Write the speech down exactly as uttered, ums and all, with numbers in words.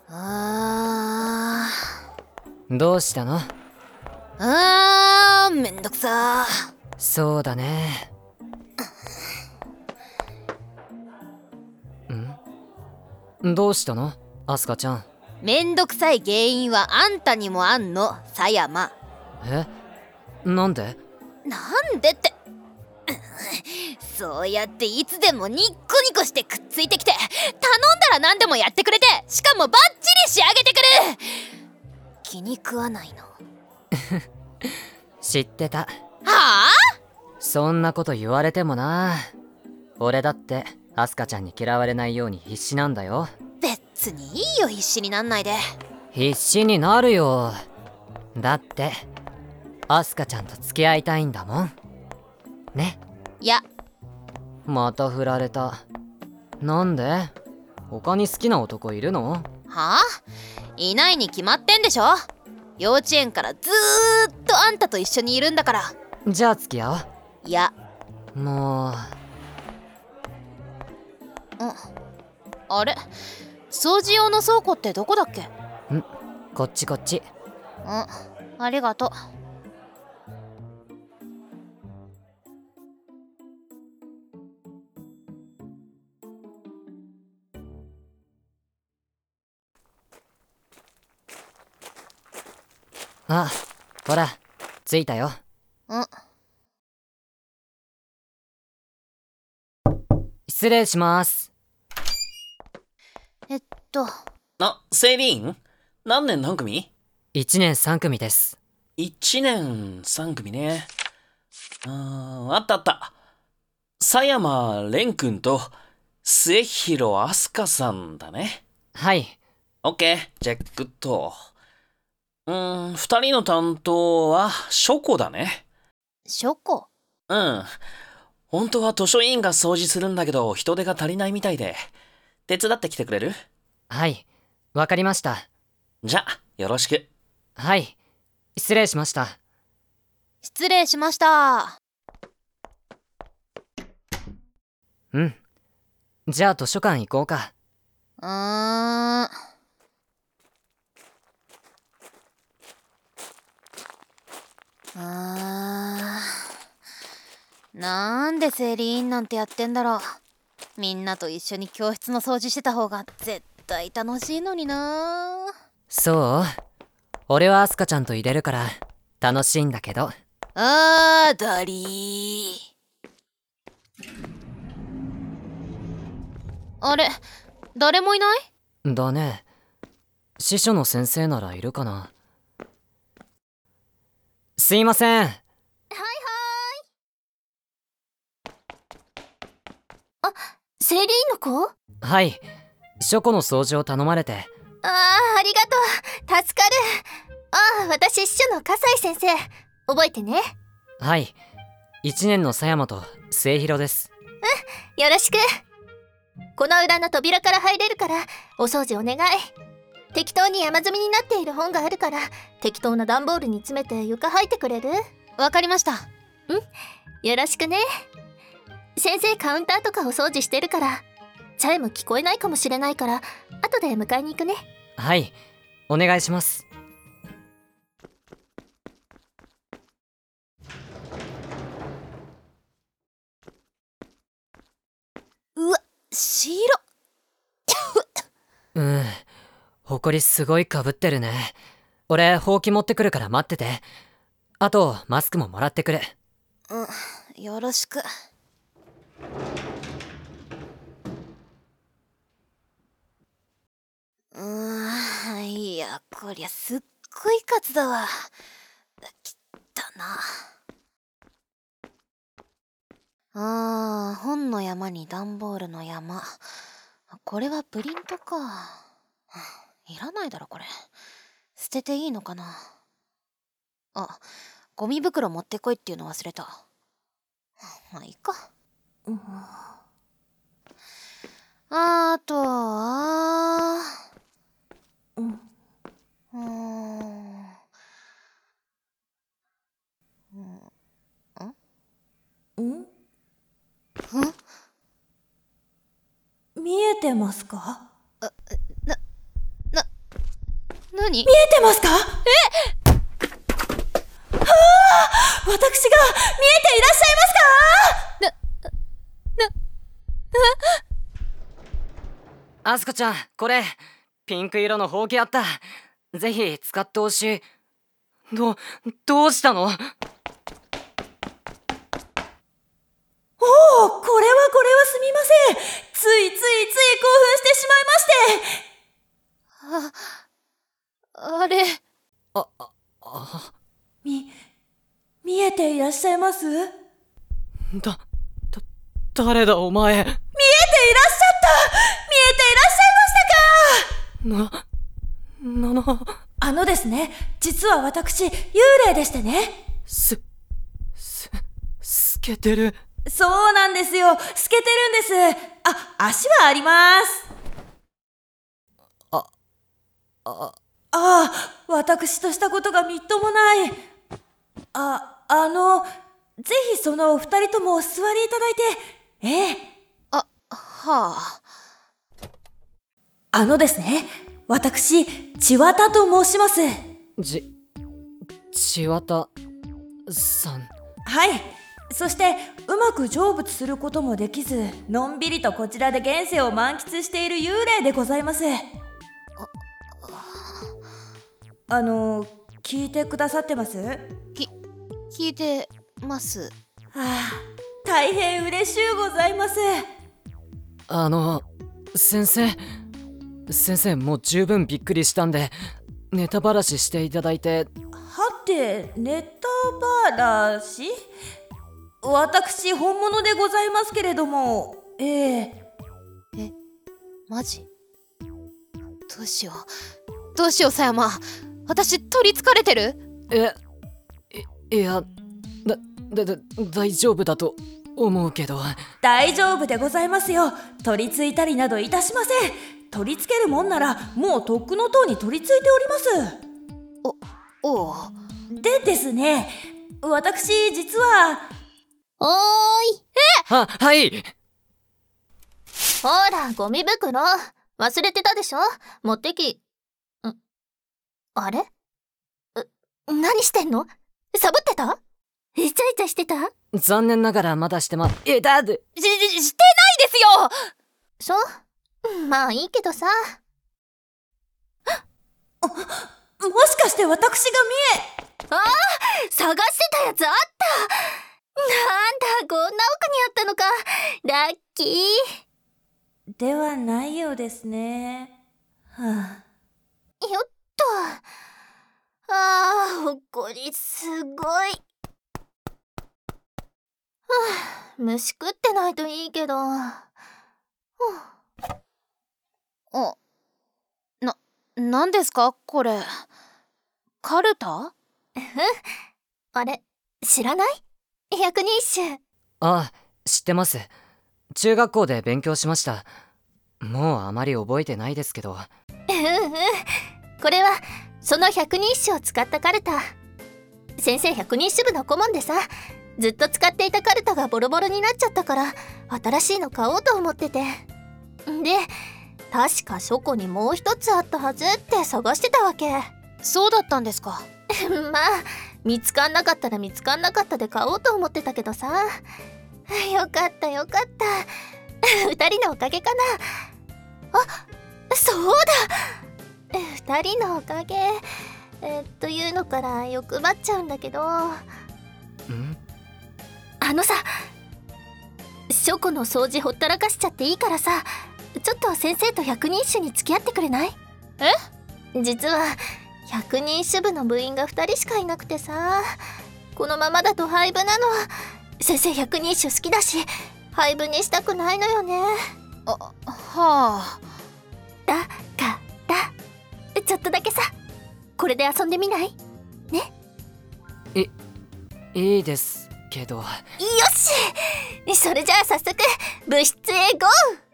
あどうしたの？ ーあーめんどくさー。 そうだね。んどうしたのアスカちゃん。 めんどくさい原因はあんたにもあんの、狭山。 え、なんで？ なんでってそうやっていつでもニッコニコしてくっついてきて、頼んだら何でもやってくれて、しかもバッチリ仕上げてくる。気に食わないの？ 知ってた。 はあ？ そんなこと言われてもな。俺だってアスカちゃんに嫌われないように必死なんだよ。 別にいいよ、必死になんないで。 必死になるよ。だってアスカちゃんと付き合いたいんだもんね。 いや。 また振られた。なんで？他に好きな男いるの？ はあ？いないに決まってんでしょ。幼稚園からずーっとあんたと一緒にいるんだから。 じゃあ付き合おう。 いや。 もう。 んあれ、掃除用の倉庫ってどこだっけ？ んこっちこっち。 んありがとう。 あ、ほら着いたよ。 ん失礼します。 えっとあ、セイリーン？何年何組？ いちねんさん組です。 いちねんさん組ね。あー、あったあった。狭山蓮くんと末広飛鳥さんだね。 はい。 オッケー、チェックっと。うーん、二人の担当は書庫だね。 書庫？ うん。本当は図書委員が掃除するんだけど人手が足りないみたいで。手伝ってきてくれる？ はい、わかりました。 じゃ、よろしく。 はい、失礼しました。 失礼しました。 うん。じゃあ図書館行こうか。 うーんあーなんでセリーンなんてやってんだろう。みんなと一緒に教室の掃除してた方が絶対楽しいのにな。 そう？俺はアスカちゃんと入れるから楽しいんだけど。 あーだりー。あれ、誰もいない？ だね。司書の先生ならいるかな。すいません。はいはい。 あ、セリーンの子？ はい、書庫の掃除を頼まれて。 あーありがとう、助かる。ああ、私司書の笠井先生、覚えてね。 はい、いちねんの狭山と末広です。 うん、よろしく。この裏の扉から入れるからお掃除お願い。適当に山積みになっている本があるから適当な段ボールに詰めて床掃いてくれる？わかりました。うん、よろしくね。先生カウンターとかお掃除してるからチャイム聞こえないかもしれないから後で迎えに行くね。 はい、お願いします。 うわ、白うん、ほこりすごいかぶってるね。俺ほうき持ってくるから待ってて。あとマスクももらってくる。 うん、よろしく。うーん、いやこりゃすっごい数だわ。きったな。あー、本の山に段ボールの山。これはプリントか。いらないだろこれ。捨てていいのかな。あ、ゴミ袋持ってこいっていうの忘れた。まあいいか。うん、あとはうんうんうんん見えてますか？ な、な、 何？ 見えてますか？え？はあ、私が見えていらっしゃいますか？ アスカちゃん、これピンク色のほうきあった。ぜひ使ってほしい。どどうしたの？ おお、これはこれはすみません。ついついつい興奮してしまいまして。 あ、あれ。 あ、あ、あ。 み、見えていらっしゃいます？見えていらっしゃった。 だ、誰だお前。 見えていらっしゃいましたか？ な、なの。 あのですね、実は私、幽霊でしてね。 す、す、透けてる。 そうなんですよ。透けてるんです。あ、足はあります。 あ、あ、 ああ、私としたことがみっともない。あ、あの、ぜひそのお二人ともお座りいただいて、ええ。 あ、はあ。 あのですね、私、千綿と申します。 じ、千綿さん。 はい。そして、うまく成仏することもできず、のんびりとこちらで現世を満喫している幽霊でございます。あの、聞いてくださってます？ き、聞いてます。 はあ、大変嬉しゅうございます。 あの、先生。先生、もう十分びっくりしたんで、ネタばらししていただいて。 はて、ネタばらし？私、本物でございますけれども、ええ。 え、マジ？どうしよう。どうしよう、狭山。私、取りつかれてる？ え、い、いや、だ、だ、だ、大丈夫だと思うけど。 大丈夫でございますよ。取り付いたりなどいたしません。取り付けるもんなら、もうとっくの塔に取り付いております。 お、おう。 でですね、私、実は、 おーい。 え？は、はい。 ほら、ゴミ袋。忘れてたでしょ？持ってき。ん？あれ？う、何してんの？サボってた？イチャイチャしてた？ 残念ながらまだしてま、え、だって。 し、し、してないですよ！ そう？まあいいけどさ。 もしかして私が見え。 ああ、探してたやつあった。なんだ、こんな奥にあったのか。ラッキー。 ではないようですね。はあ、よっと。ああ、ほこりすごい。はあ、虫食ってないといいけど。はあ、な、なんですかこれ。カルタ？ あれ、知らない？百人一首。 ああ、知ってます。中学校で勉強しました。もうあまり覚えてないですけど。 うんうん。これはその百人一首を使ったカルタ。先生百人一首部の顧問でさ、ずっと使っていたカルタがボロボロになっちゃったから新しいの買おうと思ってて。で、確か書庫にもう一つあったはずって探してたわけ。 そうだったんですか。 まあ見つかんなかったら見つかんなかったで買おうと思ってたけどさ。よかったよかった。二人のおかげかな。あ、そうだ、二人のおかげえー、というのから欲張っちゃうんだけど。 ん？ あのさ、書庫の掃除ほったらかしちゃっていいからさ、ちょっと先生と百人一首に付き合ってくれない？ え？ 実は百人一首部の部員が二人しかいなくてさ、このままだと廃部なの。先生百人一首好きだし廃部にしたくないのよね。 あ、はあ。 だからちょっとだけさ、これで遊んでみないね。 い、いいですけど。よし、それじゃあ早速部室へゴー。